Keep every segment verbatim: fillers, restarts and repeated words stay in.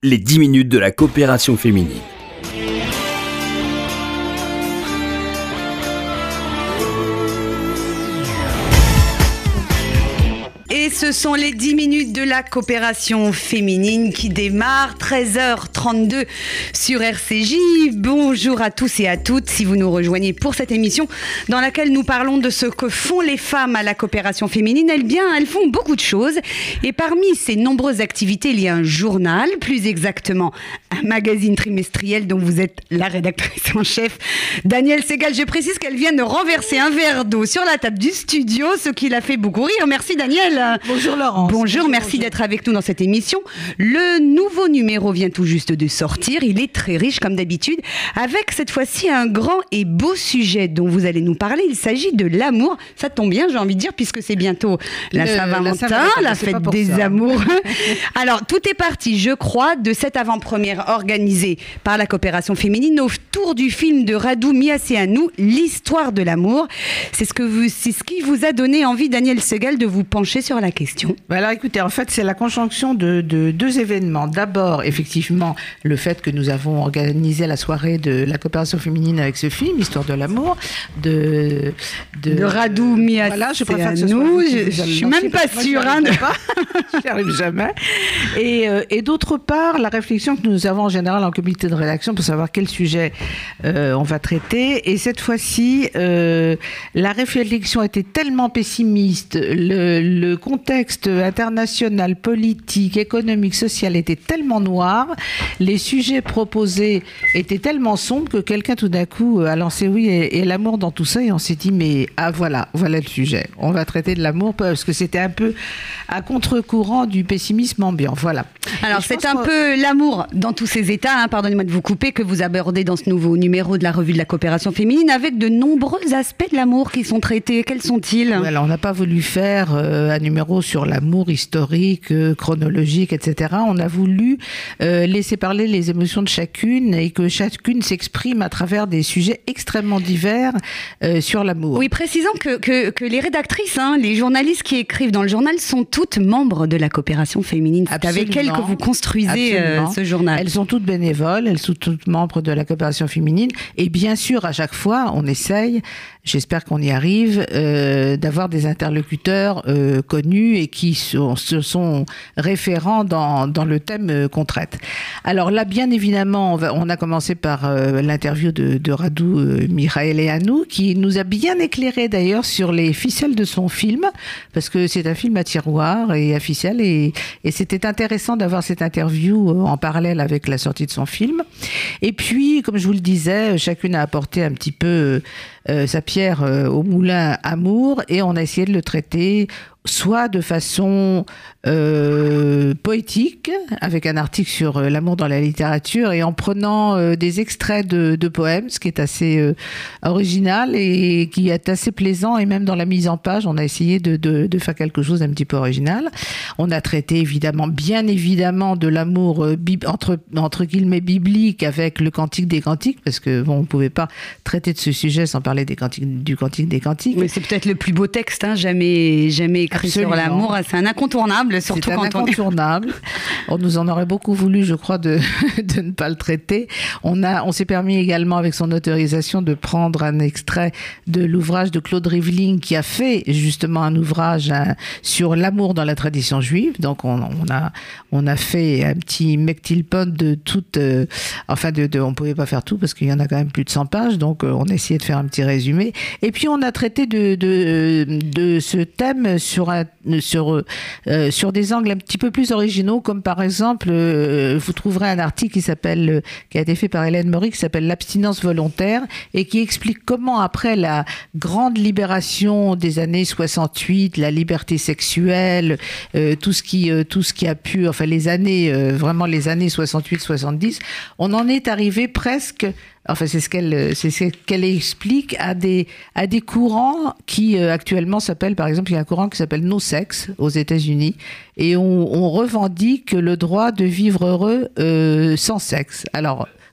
les dix minutes de la coopération féminine. Et ce sont les dix minutes de la coopération féminine qui démarrent treize heures trente-deux sur R C J. Bonjour à tous et à toutes si vous nous rejoignez pour cette émission dans laquelle nous parlons de ce que font les femmes à la coopération féminine. Elles, bien, elles font beaucoup de choses et parmi ces nombreuses activités, il y a un journal, plus exactement un magazine trimestriel dont vous êtes la rédactrice en chef, Danielle Segal. Je précise qu'elle vient de renverser un verre d'eau sur la table du studio, ce qui l'a fait beaucoup rire. Merci Danielle. Bonjour Laurence. Bonjour, bonjour merci bonjour. d'être avec nous dans cette émission. Le nouveau numéro vient tout juste de sortir. Il est très riche comme d'habitude, avec cette fois-ci un grand et beau sujet dont vous allez nous parler. Il s'agit de l'amour. Ça tombe bien, j'ai envie de dire, puisque c'est bientôt la Le- Saint-Valentin, la Saint-Valentin, la c'est fête pas pour des ça. amours. Alors, tout est parti, je crois, de cette avant-première organisée par la coopération féminine autour du film de Radou Miasséanou, L'histoire de l'amour. C'est ce que vous, c'est ce qui vous a donné envie, Danielle Segal, de vous pencher sur la question. Bah alors écoutez, en fait, c'est la conjonction de, de deux événements. D'abord, effectivement, le fait que nous avons organisé la soirée de la coopération féminine avec ce film, Histoire de l'amour, de... De Radou Miasséanou. Voilà, je préfère que ce soit Je, vous qui je vous suis annoncez, même pas parce que moi, j'y sûre. Hein, arrive de- pas. J'y arrive jamais. Et, euh, et d'autre part, la réflexion que nous avons en général en comité de rédaction pour savoir quel sujet euh, on va traiter. Et cette fois-ci, euh, la réflexion était tellement pessimiste, le, le contexte international, politique, économique, social était tellement noir, les sujets proposés étaient tellement sombres que quelqu'un tout d'un coup a lancé oui et, et l'amour dans tout ça et on s'est dit mais ah voilà, voilà le sujet. On va traiter de l'amour parce que c'était un peu à contre-courant du pessimisme ambiant. Voilà. Alors, Et je c'est pense un qu'on- peu l'amour dans tous ses états, hein, pardonnez-moi de vous couper, que vous abordez dans ce nouveau numéro de la revue de la coopération féminine, avec de nombreux aspects de l'amour qui sont traités. Quels sont-ils ? Voilà, on n'a pas voulu faire euh, un numéro sur l'amour historique, euh, chronologique, et cetera. On a voulu euh, laisser parler les émotions de chacune et que chacune s'exprime à travers des sujets extrêmement divers euh, sur l'amour. Oui, précisons que, que, que les rédactrices, hein, les journalistes qui écrivent dans le journal sont toutes membres de la coopération féminine. C'est avec elles que vous construisez euh, Absolument. ce journal. Elles sont toutes bénévoles, elles sont toutes membres de la coopération féminine. Et bien sûr, à chaque fois, on essaye, j'espère qu'on y arrive, euh, d'avoir des interlocuteurs euh, connus et qui sont, se sont référents dans, dans le thème euh, qu'on traite. Alors là, bien évidemment, on, va, on a commencé par euh, l'interview de, de Radou euh, Miasséanou, qui nous a bien éclairé d'ailleurs sur les ficelles de son film, parce que c'est un film à tiroir et à ficelles, et, et c'était intéressant d'avoir cette interview euh, en parallèle avec la sortie de son film. Et puis, comme je vous le disais, chacune a apporté un petit peu euh, sa pierre euh, au moulin amour, et on a essayé de le traiter soit de façon euh, poétique, avec un article sur euh, l'amour dans la littérature, et en prenant euh, des extraits de, de poèmes, ce qui est assez euh, original et qui est assez plaisant, et même dans la mise en page, on a essayé de, de, de faire quelque chose d'un petit peu original. On a traité évidemment, bien évidemment, de l'amour euh, bib- entre, entre guillemets biblique avec le Cantique des Cantiques, parce que bon, on ne pouvait pas traiter de ce sujet sans parler des cantiques, du Cantique des Cantiques. Mais c'est peut-être le plus beau texte, hein, jamais, jamais écrit Absolument. sur l'amour. C'est un incontournable, surtout C'est un quand on est... incontournable. On nous en aurait beaucoup voulu, je crois, de, de ne pas le traiter. On a, on s'est permis également, avec son autorisation, de prendre un extrait de l'ouvrage de Claude Riveling, qui a fait justement un ouvrage hein, sur l'amour dans la tradition juive. Donc, on, on a, on a fait un petit mectilpot de toute, euh, enfin, de, de, on pouvait pas faire tout parce qu'il y en a quand même plus de cent pages. Donc, euh, on a essayé de faire un petit résumé. Et puis, on a traité de, de, de ce thème sur un, sur, euh, sur des angles un petit peu plus originaux, comme par exemple, euh, vous trouverez un article qui s'appelle, euh, qui a été fait par Hélène Maury, qui s'appelle L'abstinence volontaire, et qui explique comment, après la grande libération des années soixante-huit, la liberté sexuelle, euh, tout ce qui, euh, tout ce qui a pu, enfin les années, euh, vraiment les années soixante-huit soixante-dix, on en est arrivé presque. Enfin, c'est ce qu'elle, c'est ce qu'elle explique à des, à des courants qui euh, actuellement s'appellent, par exemple, il y a un courant qui s'appelle No Sex aux États-Unis, et on, on revendique le droit de vivre heureux euh, sans sexe. Alors,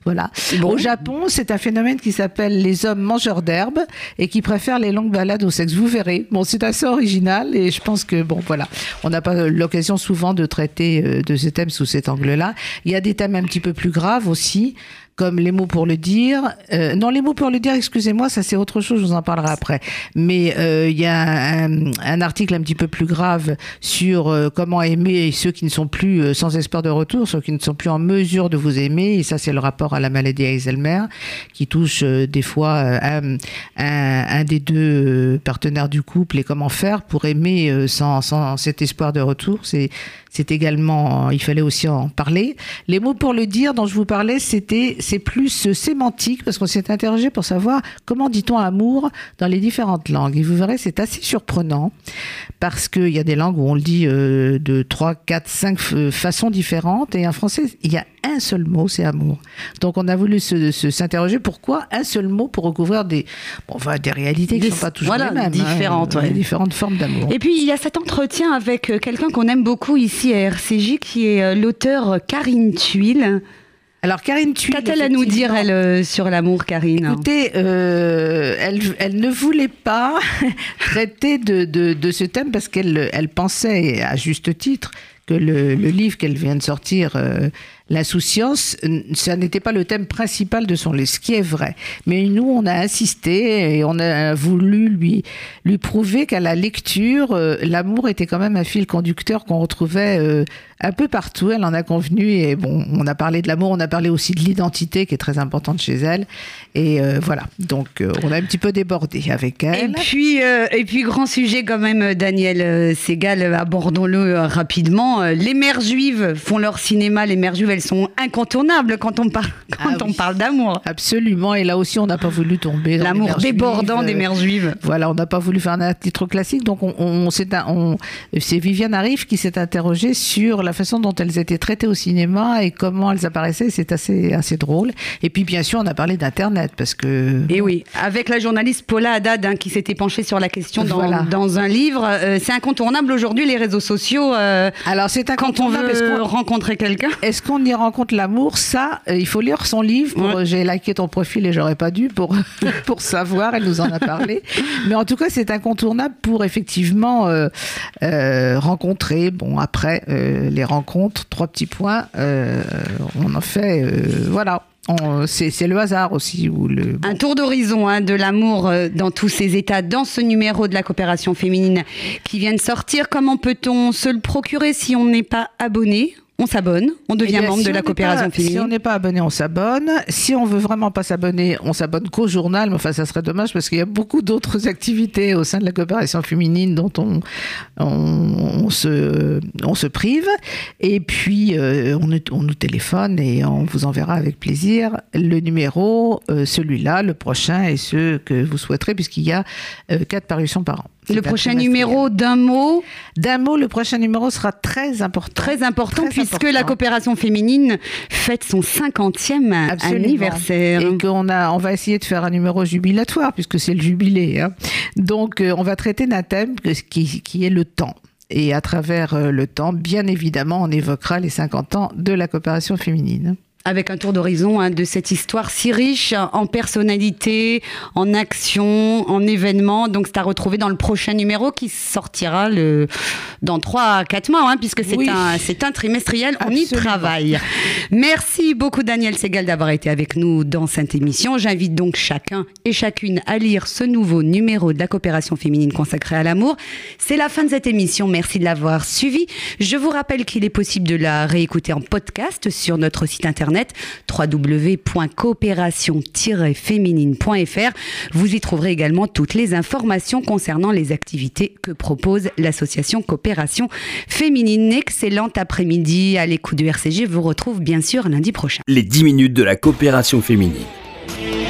Voilà. Bon. Au Japon, c'est un phénomène qui s'appelle les hommes mangeurs d'herbe et qui préfèrent les longues balades au sexe. Vous verrez. Bon, c'est assez original et je pense que, bon, voilà. On n'a pas l'occasion souvent de traiter de ces thèmes sous cet angle-là. Il y a des thèmes un petit peu plus graves aussi, comme les mots pour le dire. Euh, non, les mots pour le dire, excusez-moi, ça c'est autre chose, je vous en parlerai après. Mais euh, il y a un, un article un petit peu plus grave sur euh, comment aimer ceux qui ne sont plus euh, sans espoir de retour, ceux qui ne sont plus en mesure de vous aimer. Et ça, c'est le rapport à la maladie Alzheimer qui touche euh, des fois euh, un, un, un des deux euh, partenaires du couple et comment faire pour aimer euh, sans, sans cet espoir de retour. C'est C'est également, il fallait aussi en parler. Les mots pour le dire dont je vous parlais, c'était, c'est plus sémantique parce qu'on s'est interrogé pour savoir comment dit-on amour dans les différentes langues. Et vous verrez, c'est assez surprenant parce qu'il y a des langues où on le dit euh, de trois, quatre, cinq façons différentes et en français, il y a un seul mot, c'est amour. Donc on a voulu se, se, s'interroger pourquoi un seul mot pour recouvrir des, bon, enfin, des réalités qui ne sont pas toujours voilà, les mêmes. Différentes, hein, ouais. Différentes formes d'amour. Et puis il y a cet entretien avec quelqu'un qu'on aime beaucoup ici à R C J qui est l'auteur Karine Thuil. Alors Karine Thuil, qu'a-t-elle à nous dire elle euh, sur l'amour, Karine? Écoutez, euh, elle, elle ne voulait pas traiter de, de, de ce thème parce qu'elle elle pensait, à juste titre, que le, le livre qu'elle vient de sortir, euh, L'insouciance, ça n'était pas le thème principal de son livre, ce qui est vrai. Mais nous, on a insisté et on a voulu lui, lui prouver qu'à la lecture, euh, l'amour était quand même un fil conducteur qu'on retrouvait euh, un peu partout. Elle en a convenu et bon, on a parlé de l'amour, on a parlé aussi de l'identité qui est très importante chez elle. Et euh, voilà, donc euh, on a un petit peu débordé avec elle. Et puis, euh, et puis grand sujet quand même, Daniel euh, Segal, abordons-le euh, rapidement. Euh, les mères juives font leur cinéma, les mères juives, elles sont incontournables quand on parle, quand ah on oui. parle d'amour. Absolument, et là aussi on n'a pas voulu tomber dans l'amour les mères débordant juives. des mères juives. Voilà, on n'a pas voulu faire un titre classique, donc on, on, c'est, un, on, c'est Viviane Arif qui s'est interrogée sur la façon dont elles étaient traitées au cinéma et comment elles apparaissaient, c'est assez, assez drôle. Et puis bien sûr on a parlé d'Internet, parce que... Et oui, avec la journaliste Paula Haddad hein, qui s'était penchée sur la question dans, voilà. dans un livre, euh, c'est incontournable aujourd'hui les réseaux sociaux, euh, Alors, c'est quand on veut est-ce qu'on... rencontrer quelqu'un. Est-ce qu'on y rencontre l'amour? Ça, euh, il faut lire son livre. Pour, ouais. J'ai liké ton profil et j'aurais pas dû pour, pour savoir, elle nous en a parlé. Mais en tout cas, c'est incontournable pour effectivement euh, euh, rencontrer. Bon, après, euh, les rencontres, trois petits points, euh, on en fait, euh, voilà. On, c'est, c'est le hasard aussi. Ou le, bon. Un tour d'horizon hein, de l'amour euh, dans tous ses états, dans ce numéro de la coopération féminine qui vient de sortir. Comment peut-on se le procurer si on n'est pas abonné ? On s'abonne, on devient bien, membre si de la coopération pas, féminine. Si on n'est pas abonné, on s'abonne. Si on veut vraiment pas s'abonner, on s'abonne qu'au journal. Mais enfin, ça serait dommage parce qu'il y a beaucoup d'autres activités au sein de la coopération féminine dont on, on, on, se, on se prive. Et puis, euh, on, on nous téléphone et on vous enverra avec plaisir le numéro, euh, celui-là, le prochain et ceux que vous souhaiterez, puisqu'il y a euh, quatre parutions par an. Le prochain numéro d'un mot D'un mot, le prochain numéro sera très important. Très important, très puisque important. la coopération féminine fête son cinquantième Absolument. Anniversaire. Et qu'on a, on va essayer de faire un numéro jubilatoire, puisque c'est le jubilé. Hein. Donc, euh, on va traiter d'un thème qui, qui est le temps. Et à travers euh, le temps, bien évidemment, on évoquera les cinquante ans de la coopération féminine. Avec un tour d'horizon hein, de cette histoire si riche en personnalité, en action, en événements. Donc c'est à retrouver dans le prochain numéro qui sortira le... dans trois à quatre mois, hein, puisque c'est, oui. un, c'est un trimestriel. Absolument. On y travaille. Merci beaucoup Daniel Segal d'avoir été avec nous dans cette émission. J'invite donc chacun et chacune à lire ce nouveau numéro de la coopération féminine consacré à l'amour. C'est la fin de cette émission. Merci de l'avoir suivi. Je vous rappelle qu'il est possible de la réécouter en podcast sur notre site internet w w w point coopération tiret féminine point f r. Vous y trouverez également toutes les informations concernant les activités que propose l'association Coopération Féminine. Excellent après-midi à l'écoute de R C J. Je vous retrouve bien sûr lundi prochain. Les dix minutes de la coopération féminine.